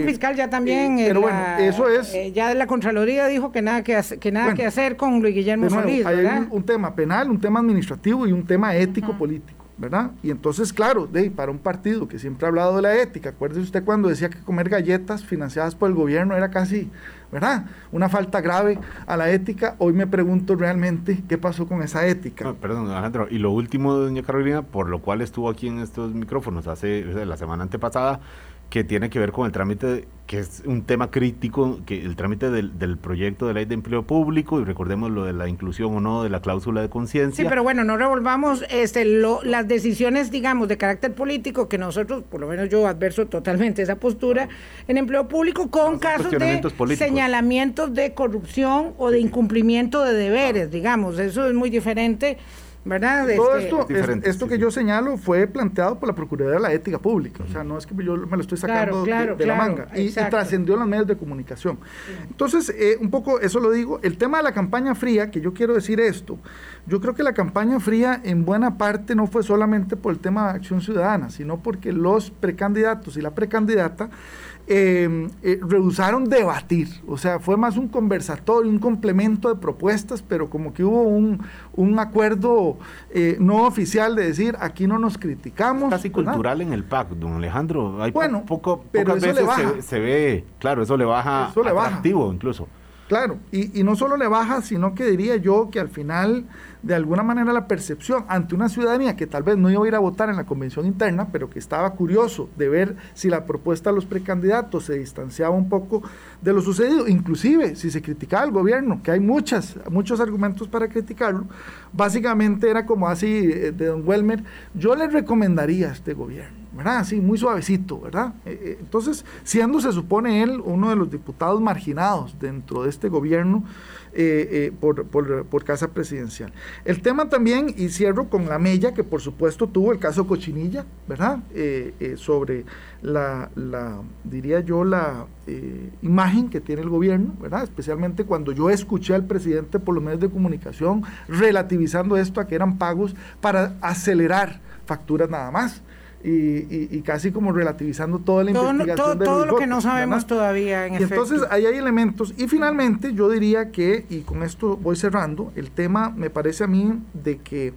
un fiscal ya también, pero bueno, eso es... ya la Contraloría dijo que nada que hacer con Luis Guillermo de nuevo, Solís, ¿verdad? Hay un tema penal, un tema administrativo y un tema ético-político, ¿verdad? Y entonces, claro, para un partido que siempre ha hablado de la ética, acuérdese usted cuando decía que comer galletas financiadas por el gobierno era casi, ¿verdad?, una falta grave a la ética. Hoy me pregunto realmente qué pasó con esa ética. No, perdón, Alejandro, y lo último de doña Carolina, por lo cual estuvo aquí en estos micrófonos la semana antepasada, que tiene que ver con el trámite, que es un tema crítico, que el trámite del proyecto de ley de empleo público, y recordemos lo de la inclusión o no de la cláusula de conciencia. Sí, pero bueno, no revolvamos las decisiones, digamos, de carácter político, que nosotros, por lo menos yo adverso totalmente esa postura, en empleo público, con casos de señalamientos de corrupción o de incumplimiento de deberes, digamos, eso es muy diferente, ¿verdad? Todo esto que yo señalo fue planteado por la Procuraduría de la Ética Pública, o sea, no es que yo me lo estoy sacando de la manga, y trascendió en los medios de comunicación. Entonces, un poco eso lo digo. El tema de la campaña fría, que yo quiero decir esto, yo creo que la campaña fría en buena parte no fue solamente por el tema de Acción Ciudadana, sino porque los precandidatos y la precandidata rehusaron debatir, o sea, fue más un conversatorio, un complemento de propuestas, pero como que hubo un acuerdo no oficial de decir, aquí no nos criticamos. Casi cultural en el PAC, don Alejandro. Hay bueno, pocas veces se ve, claro, eso le baja atractivo incluso. Claro, y no solo le baja, sino que diría yo que al final, de alguna manera, la percepción ante una ciudadanía que tal vez no iba a ir a votar en la convención interna, pero que estaba curioso de ver si la propuesta de los precandidatos se distanciaba un poco de lo sucedido, inclusive si se criticaba al gobierno, que hay muchos argumentos para criticarlo, básicamente era como así de don Welmer, yo le recomendaría a este gobierno, ¿verdad? Así, muy suavecito, ¿verdad? Entonces, siendo, se supone él, uno de los diputados marginados dentro de este gobierno por casa presidencial. El tema también, y cierro con la Mella, que por supuesto tuvo el caso Cochinilla, ¿verdad? Sobre diría yo, la imagen que tiene el gobierno, ¿verdad? Especialmente cuando yo escuché al presidente por los medios de comunicación relativizando esto a que eran pagos para acelerar facturas nada más. Y casi como relativizando toda la investigación de todo los lo que votos, no sabemos, ¿verdad?, todavía, en efecto. Entonces ahí hay elementos, y finalmente yo diría que, y con esto voy cerrando, el tema me parece a mí de que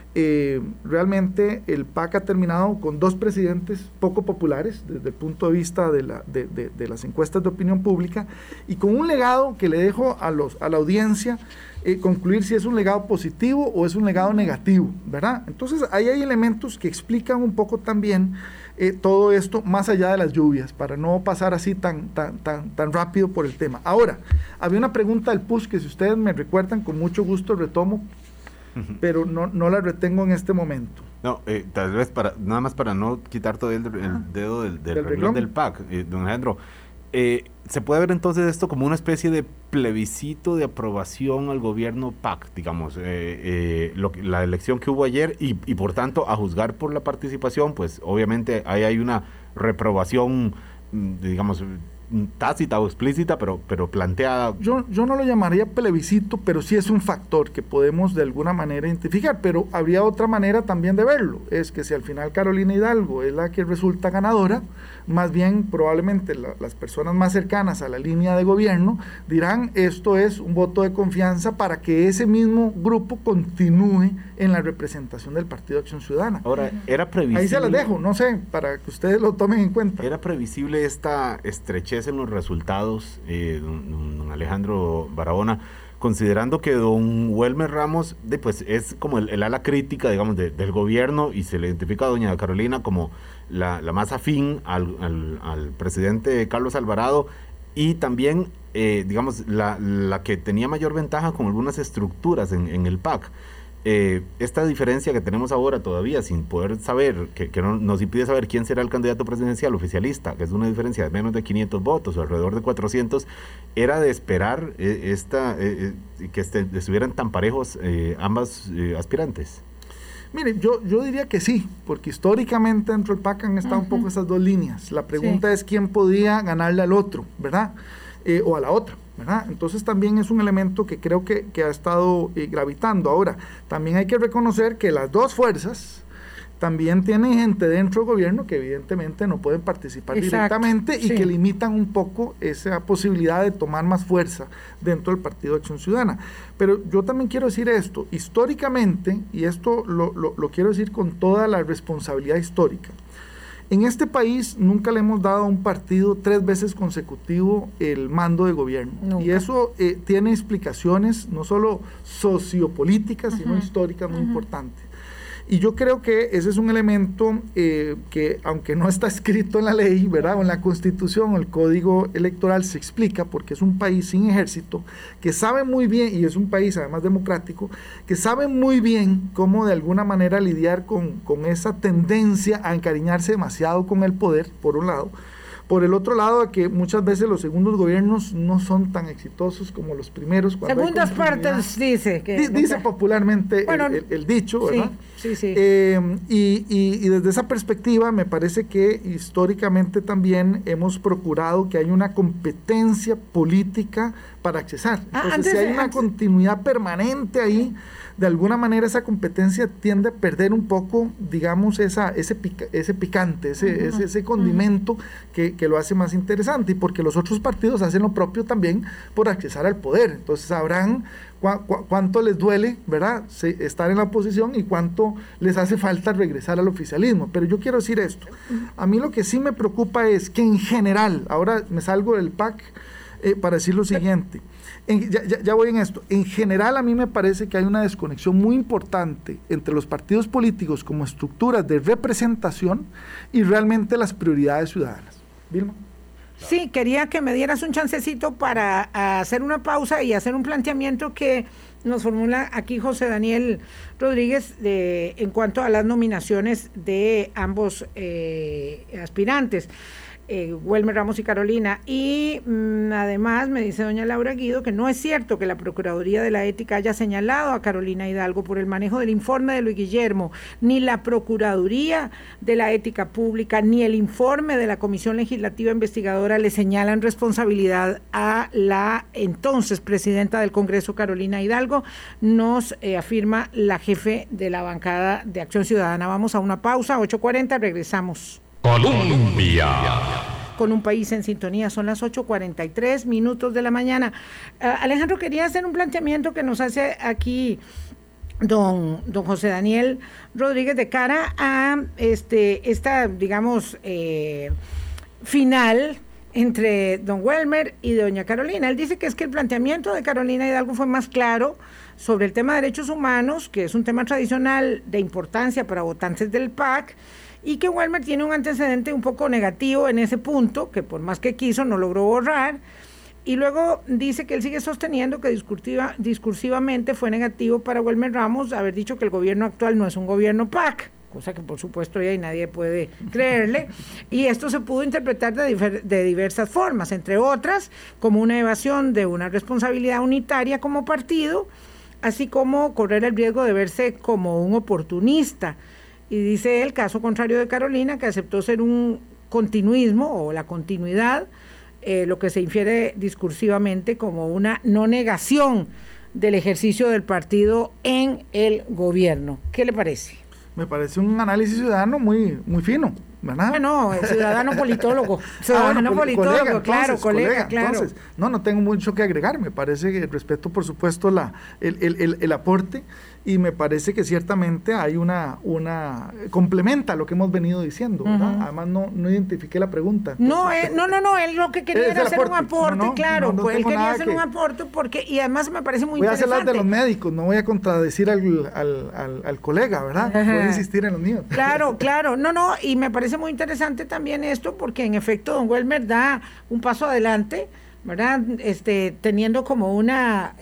realmente el PAC ha terminado con dos presidentes poco populares desde el punto de vista de las encuestas de opinión pública, y con un legado que le dejo a la audiencia concluir si es un legado positivo o es un legado negativo, ¿verdad? Entonces ahí hay elementos que explican un poco también todo esto más allá de las lluvias, para no pasar así tan rápido por el tema. Ahora, había una pregunta del PUSC que, si ustedes me recuerdan, con mucho gusto retomo, pero no la retengo en este momento. No, tal vez nada más para no quitar todo el dedo del renglón del PAC, don Alejandro. ¿Se puede ver entonces esto como una especie de plebiscito de aprobación al gobierno PAC, digamos, la elección que hubo ayer, y por tanto, a juzgar por la participación, pues obviamente ahí hay una reprobación, digamos, tácita o explícita, pero planteada? Yo no lo llamaría plebiscito, pero sí es un factor que podemos de alguna manera identificar, pero habría otra manera también de verlo, es que si al final Carolina Hidalgo es la que resulta ganadora, más bien probablemente las personas más cercanas a la línea de gobierno dirán, esto es un voto de confianza para que ese mismo grupo continúe en la representación del Partido de Acción Ciudadana. Ahora, era previsible... Ahí se las dejo, no sé, para que ustedes lo tomen en cuenta. ¿Era previsible esta estrechez en los resultados, don Alejandro Barahona, considerando que don Welmer Ramos pues es como el ala crítica, digamos, del gobierno, y se le identifica a doña Carolina como la más afín al presidente Carlos Alvarado, y también, digamos, la que tenía mayor ventaja con algunas estructuras en el PAC? Esta diferencia que tenemos ahora todavía sin poder saber, que no, nos impide saber quién será el candidato presidencial oficialista, que es una diferencia de menos de 500 votos o alrededor de 400, era de esperar que estuvieran tan parejos ambas aspirantes. Mire, yo diría que sí, porque históricamente dentro del PAC han estado un poco esas dos líneas. La pregunta es quién podía ganarle al otro, ¿verdad? O a la otra, ¿verdad? Entonces también es un elemento que creo que ha estado gravitando. Ahora, también hay que reconocer que las dos fuerzas también tienen gente dentro del gobierno que evidentemente no pueden participar directamente y que limitan un poco esa posibilidad de tomar más fuerza dentro del Partido de Acción Ciudadana. Pero yo también quiero decir esto, históricamente, y esto lo quiero decir con toda la responsabilidad histórica, en este país nunca le hemos dado a un partido 3 veces consecutivo el mando de gobierno. Nunca. Y eso tiene explicaciones no solo sociopolíticas, sino históricas muy importantes. Y yo creo que ese es un elemento que, aunque no está escrito en la ley, ¿verdad?, o en la Constitución o el Código Electoral, se explica porque es un país sin ejército, que sabe muy bien, y es un país además democrático, que sabe muy bien cómo de alguna manera lidiar con esa tendencia a encariñarse demasiado con el poder, por un lado. Por el otro lado, que muchas veces los segundos gobiernos no son tan exitosos como los primeros. Segundas partes, dice. Dice popularmente el dicho, ¿verdad? Sí. Y desde esa perspectiva me parece que históricamente también hemos procurado que haya una competencia política para accesar. Entonces, si hay una continuidad permanente ahí, de alguna manera esa competencia tiende a perder un poco, digamos, ese picante, ese condimento que lo hace más interesante, y porque los otros partidos hacen lo propio también por accesar al poder. Entonces sabrán cuánto les duele, ¿verdad?, estar en la oposición y cuánto les hace falta regresar al oficialismo. Pero yo quiero decir esto, a mí lo que sí me preocupa es que en general, ahora me salgo del PAC para decir lo siguiente, ya voy en esto. En general, a mí me parece que hay una desconexión muy importante entre los partidos políticos como estructuras de representación y realmente las prioridades ciudadanas. Vilma. Sí, quería que me dieras un chancecito para hacer una pausa y hacer un planteamiento que nos formula aquí José Daniel Rodríguez en cuanto a las nominaciones de ambos aspirantes. Welmer Ramos y Carolina, y además me dice doña Laura Guido que no es cierto que la Procuraduría de la Ética haya señalado a Carolina Hidalgo por el manejo del informe de Luis Guillermo, ni la Procuraduría de la Ética Pública, ni el informe de la Comisión Legislativa Investigadora le señalan responsabilidad a la entonces presidenta del Congreso, Carolina Hidalgo, nos afirma la jefe de la bancada de Acción Ciudadana. Vamos a una pausa, 8:40, regresamos. Colombia. Con un país en sintonía, son las 8:43 de la mañana. Alejandro, quería hacer un planteamiento que nos hace aquí don José Daniel Rodríguez de cara a esta, digamos, final entre don Welmer y doña Carolina. Él dice que es que el planteamiento de Carolina Hidalgo fue más claro sobre el tema de derechos humanos, que es un tema tradicional de importancia para votantes del PAC, y que Welmer tiene un antecedente un poco negativo en ese punto, que por más que quiso no logró borrar, y luego dice que él sigue sosteniendo que discursivamente fue negativo para Welmer Ramos haber dicho que el gobierno actual no es un gobierno PAC, cosa que por supuesto ya nadie puede creerle, y esto se pudo interpretar de diversas formas, entre otras como una evasión de una responsabilidad unitaria como partido, así como correr el riesgo de verse como un oportunista. Y dice él, caso contrario de Carolina, que aceptó ser un continuismo o la continuidad, lo que se infiere discursivamente como una no negación del ejercicio del partido en el gobierno. ¿Qué le parece? Me parece un análisis ciudadano muy fino, ¿verdad? Bueno, ciudadano politólogo. Ciudadano politólogo, claro, colega, claro. Entonces, no tengo mucho que agregar. Me parece que respeto, por supuesto, el aporte, y me parece que ciertamente hay una complementa lo que hemos venido diciendo, ¿verdad? Además, no identifiqué la pregunta. No, él lo que quería era hacer un aporte, claro, pues él quería hacer un aporte porque, y además me parece muy interesante. Voy a hacer las de los médicos, no voy a contradecir al colega, ¿verdad? Voy a insistir en los míos. Claro, y me parece muy interesante también esto, porque en efecto don Welmer da un paso adelante, ¿verdad? Teniendo como una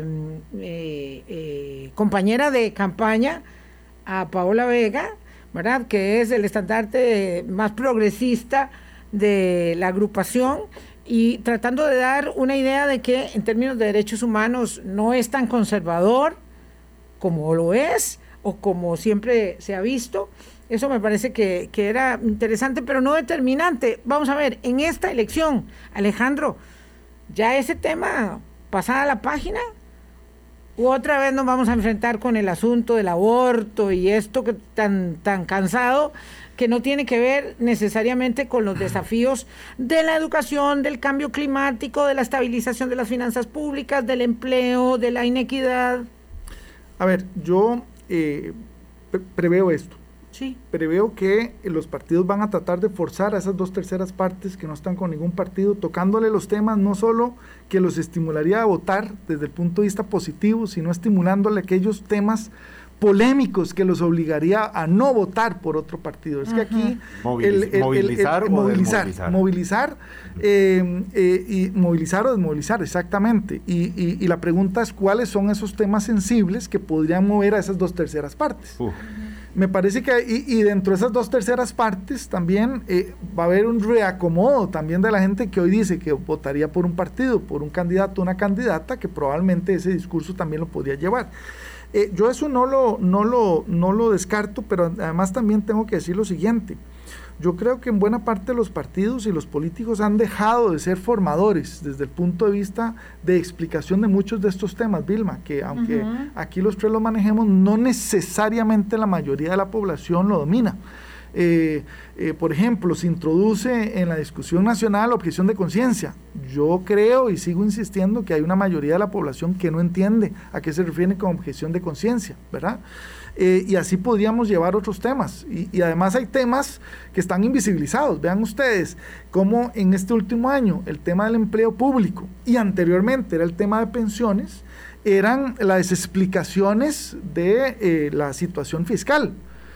compañera de campaña a Paola Vega, ¿verdad?, que es el estandarte más progresista de la agrupación, y tratando de dar una idea de que en términos de derechos humanos no es tan conservador como lo es o como siempre se ha visto. Eso me parece que era interesante, pero no determinante. Vamos a ver, en esta elección, Alejandro, ¿ya ese tema pasada la página otra vez nos vamos a enfrentar con el asunto del aborto y esto que tan cansado, que no tiene que ver necesariamente con los desafíos de la educación, del cambio climático, de la estabilización de las finanzas públicas, del empleo, de la inequidad? A ver, yo preveo esto. Sí. Preveo que los partidos van a tratar de forzar a esas 2/3 partes que no están con ningún partido, tocándole los temas, no solo que los estimularía a votar desde el punto de vista positivo, sino estimulándole aquellos temas polémicos que los obligaría a no votar por otro partido. Es que aquí movilizar o desmovilizar, exactamente. Y la pregunta es cuáles son esos temas sensibles que podrían mover a esas 2/3 partes. Me parece que, y dentro de esas 2/3 partes también va a haber un reacomodo también de la gente que hoy dice que votaría por un partido, por un candidato o una candidata, que probablemente ese discurso también lo podría llevar. Yo eso no lo descarto, pero además también tengo que decir lo siguiente. Yo creo que en buena parte los partidos y los políticos han dejado de ser formadores desde el punto de vista de explicación de muchos de estos temas, Vilma, que aunque aquí los tres los manejemos, no necesariamente la mayoría de la población lo domina. Por ejemplo, se introduce en la discusión nacional la objeción de conciencia. Yo creo y sigo insistiendo que hay una mayoría de la población que no entiende a qué se refiere con objeción de conciencia, ¿verdad? Y así podríamos llevar otros temas. Y además hay temas que están invisibilizados. Vean ustedes cómo en este último año el tema del empleo público y anteriormente era el tema de pensiones, eran las explicaciones de la situación fiscal.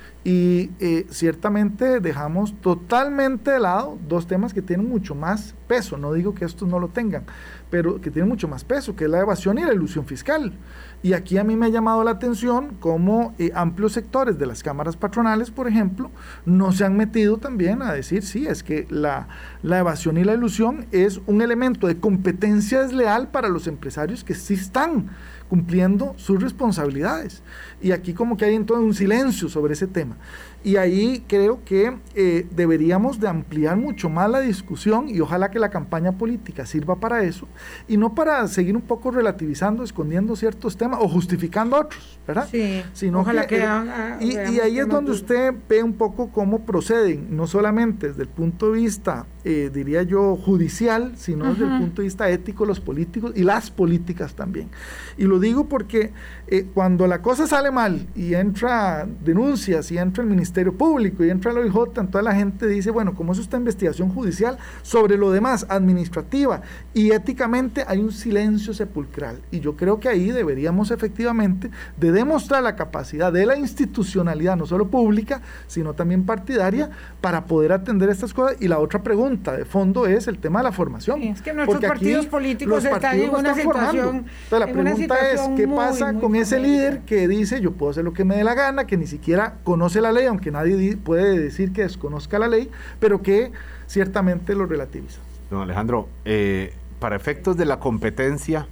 Y ciertamente dejamos totalmente de lado dos temas que tienen mucho más peso, no digo que estos no lo tengan, pero que tienen mucho más peso, que es la evasión y la elusión fiscal. Y aquí a mí me ha llamado la atención cómo amplios sectores de las cámaras patronales, por ejemplo, no se han metido también a decir, sí, es que la evasión y la elusión es un elemento de competencia desleal para los empresarios que sí están cumpliendo sus responsabilidades. Y aquí como que hay entonces un silencio sobre ese tema. Y ahí creo que deberíamos de ampliar mucho más la discusión y ojalá que la campaña política sirva para eso y no para seguir un poco relativizando, escondiendo ciertos temas o justificando otros, ¿verdad? Sí, sino ojalá que y ahí es donde usted ve un poco cómo proceden, no solamente desde el punto de vista, diría yo, judicial, sino desde el punto de vista ético, los políticos y las políticas también. Y lo digo porque cuando la cosa sale mal y entra denuncias y entra el Ministerio Público y entra el OIJ, entonces la gente dice, bueno, como eso está investigación judicial, sobre lo demás, administrativa y éticamente hay un silencio sepulcral. Y yo creo que ahí deberíamos efectivamente de demostrar la capacidad de la institucionalidad, no solo pública, sino también partidaria, para poder atender estas cosas. Y la otra pregunta de fondo es el tema de la formación. Sí, es que nuestros partidos políticos están en una situación. Entonces la pregunta es, ¿qué pasa con ese líder que dice, yo puedo hacer lo que me dé la gana, que ni siquiera conoce la ley, aunque nadie puede decir que desconozca la ley, pero que ciertamente lo relativiza? Don Alejandro, para efectos de la competencia,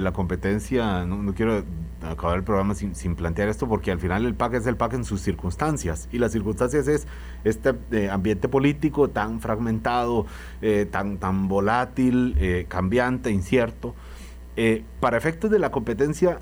no quiero acabar el programa sin plantear esto, porque al final el PAC es el PAC en sus circunstancias, y las circunstancias es este ambiente político tan fragmentado, tan volátil, cambiante, incierto. Para efectos de la competencia,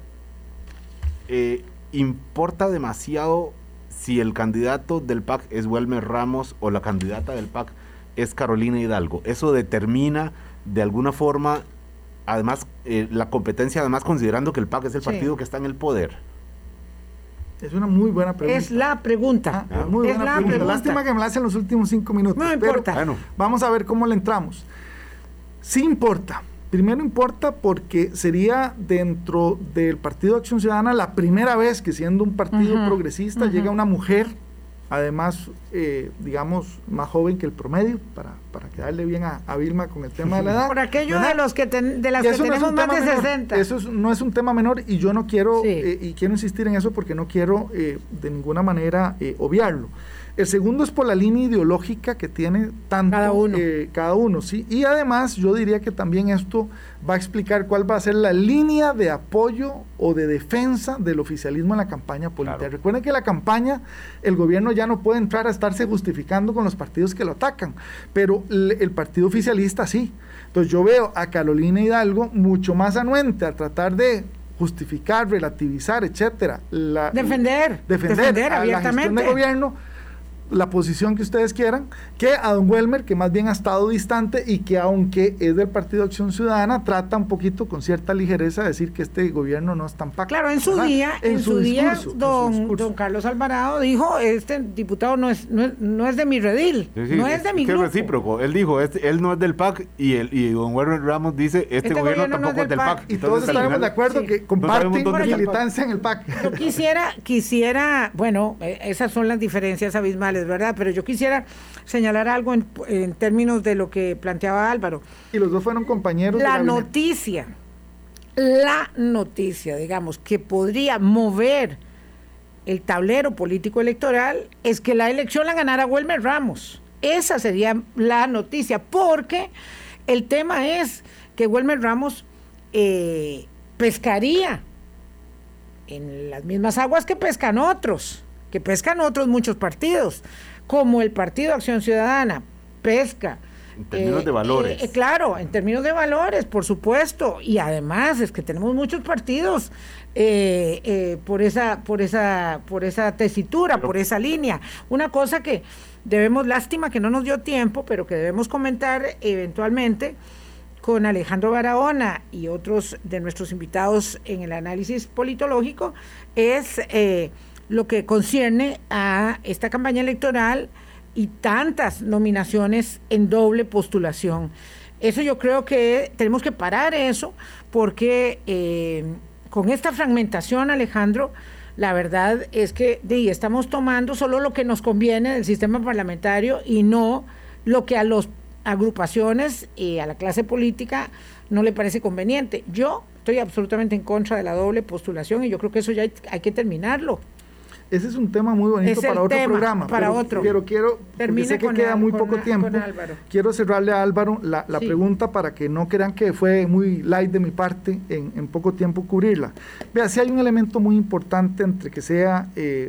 importa demasiado si el candidato del PAC es Welmer Ramos o la candidata del PAC es Carolina Hidalgo. Eso determina de alguna forma, además, la competencia, además considerando que el PAC es el partido que está en el poder. Es una muy buena pregunta. Es la pregunta. Muy buena pregunta. Lástima que me la hacen los últimos 5 minutos. No importa. Pero, bueno, vamos a ver cómo le entramos. Sí importa. Primero importa porque sería dentro del Partido Acción Ciudadana la primera vez que, siendo un partido progresista, llega una mujer, además, digamos, más joven que el promedio, para quedarle bien a Vilma con el tema de la edad. Por aquello de las que tenemos más de 60. Eso no es un tema menor y yo no quiero, y quiero insistir en eso porque no quiero de ninguna manera obviarlo. El segundo es por la línea ideológica que tiene tanto cada uno, ¿sí? Y además yo diría que también esto va a explicar cuál va a ser la línea de apoyo o de defensa del oficialismo en la campaña política. Claro. Recuerden que la campaña, el gobierno ya no puede entrar a estarse justificando con los partidos que lo atacan, pero el partido oficialista sí. Entonces yo veo a Carolina Hidalgo mucho más anuente a tratar de justificar, relativizar, etcétera, defender a abiertamente la gestión de gobierno, la posición que ustedes quieran, que a don Welmer, que más bien ha estado distante y que aunque es del Partido Acción Ciudadana, trata un poquito con cierta ligereza de decir que este gobierno no es tan pacto. Claro, en su día, don Carlos Alvarado dijo, este diputado no es de mi redil, no es de mi grupo. Es recíproco, él dijo, él no es del PAC y don Welmer Ramos dice, este gobierno tampoco es del PAC. Y todos estaremos de acuerdo que comparten militancia en el PAC. Yo quisiera, bueno, esas son las diferencias abismales, ¿verdad? Pero yo quisiera señalar algo en términos de lo que planteaba Álvaro. Y los dos fueron compañeros. La noticia, digamos, que podría mover el tablero político electoral es que la elección la ganara Welmer Ramos. Esa sería la noticia, porque el tema es que Welmer Ramos pescaría en las mismas aguas que pescan otros muchos partidos, como el Partido Acción Ciudadana pesca. En términos de valores. Claro, en términos de valores, por supuesto, y además es que tenemos muchos partidos por esa tesitura, por esa línea. Una cosa que lástima que no nos dio tiempo, pero que debemos comentar eventualmente con Alejandro Barahona y otros de nuestros invitados en el análisis politológico, es lo que concierne a esta campaña electoral y tantas nominaciones en doble postulación. Eso yo creo que tenemos que parar eso, porque con esta fragmentación, Alejandro, la verdad es que estamos tomando solo lo que nos conviene del sistema parlamentario y no lo que a las agrupaciones y a la clase política no le parece conveniente. Yo estoy absolutamente en contra de la doble postulación y yo creo que eso ya hay que terminarlo. Ese es un tema muy bonito para otro programa. Pero quiero, porque sé que queda muy poco tiempo, quiero cerrarle a Álvaro la pregunta para que no crean que fue muy light de mi parte en poco tiempo cubrirla. Vea, si hay un elemento muy importante entre que sea,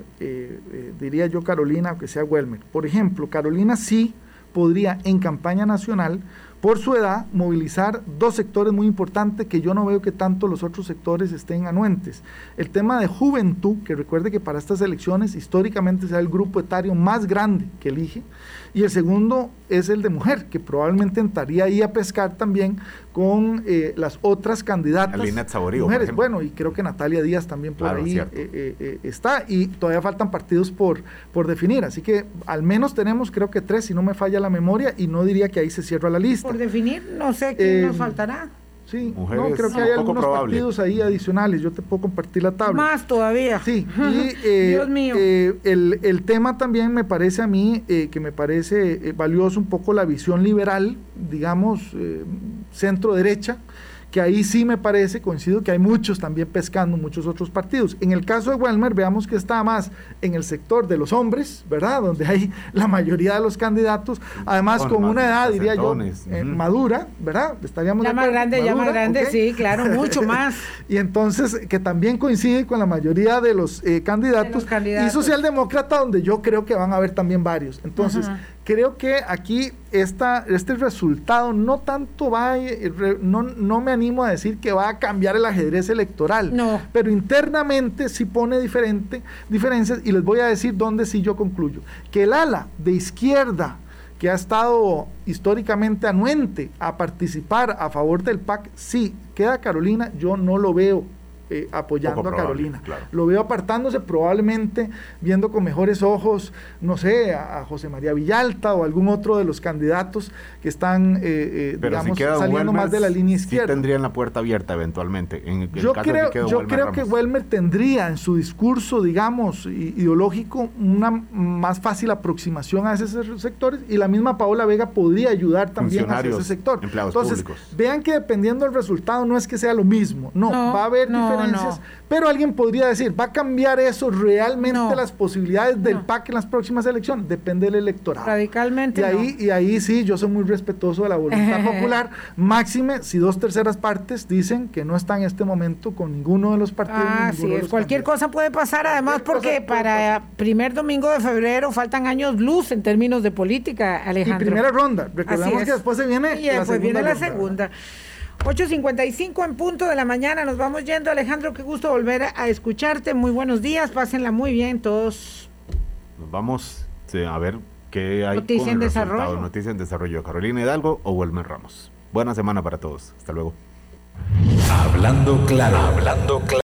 diría yo, Carolina o que sea Welmer. Por ejemplo, Carolina sí podría en campaña nacional, por su edad, movilizar dos sectores muy importantes que yo no veo que tanto los otros sectores estén anuentes. El tema de juventud, que recuerde que para estas elecciones históricamente será el grupo etario más grande que elige, y el segundo es el de mujer, que probablemente entraría ahí a pescar también con las otras candidatas Saborío, mujeres. Bueno, y creo que Natalia Díaz también por ahí está, y todavía faltan partidos por definir, así que al menos tenemos creo que 3, si no me falla la memoria, y no diría que ahí se cierra la lista. Por definir, no sé quién nos faltará. Sí, mujeres, no, creo que hay algunos partidos ahí adicionales, yo te puedo compartir la tabla. Más todavía. Sí, y Dios mío. El tema también me parece a mí, que me parece valioso un poco la visión liberal, digamos, centro-derecha, que ahí sí me parece, coincido que hay muchos también pescando, muchos otros partidos. En el caso de Welmer, veamos que está más en el sector de los hombres, ¿verdad? Donde hay la mayoría de los candidatos, además con una edad, diría yo, madura, ¿verdad? Estaríamos ya más grande, okay. Sí, claro, mucho más. Y entonces, que también coincide con la mayoría de los candidatos, y socialdemócrata, donde yo creo que van a haber también varios. Entonces, creo que aquí este resultado no tanto no me animo a decir que va a cambiar el ajedrez electoral, pero internamente sí pone diferencias, y les voy a decir dónde sí yo concluyo. Que el ala de izquierda, que ha estado históricamente anuente a participar a favor del PAC, sí, queda Carolina, yo no lo veo apoyando a Carolina, claro. Lo veo apartándose, probablemente viendo con mejores ojos, no sé, a José María Villalta o algún otro de los candidatos que están, digamos, si saliendo Welmer, más de la línea izquierda. Sí tendrían la puerta abierta eventualmente. Yo creo que Welmer tendría en su discurso, digamos, ideológico, una más fácil aproximación a esos sectores, y la misma Paola Vega podría ayudar también a ese sector. Entonces, públicos. Vean que dependiendo del resultado no es que sea lo mismo, va a haber diferencias, pero alguien podría decir, ¿va a cambiar eso realmente las posibilidades del PAC en las próximas elecciones? Depende del electorado. Radicalmente y ahí sí, yo soy muy respetuoso de la voluntad popular, máxime si 2/3 partes dicen que no está en este momento con ninguno de los partidos. Así es, cualquier cosa puede pasar, además porque para primer domingo de febrero faltan años luz en términos de política, Alejandro. Y primera ronda, recordemos que después se viene la segunda. 8:55 en punto de la mañana. Nos vamos yendo. Alejandro, qué gusto volver a escucharte. Muy buenos días. Pásenla muy bien todos. Nos vamos a ver qué hay Noticia con en el desarrollo. resultado. Noticia en desarrollo. Carolina Hidalgo o Wilmer Ramos. Buena semana para todos. Hasta luego. Hablando claro. Hablando claro.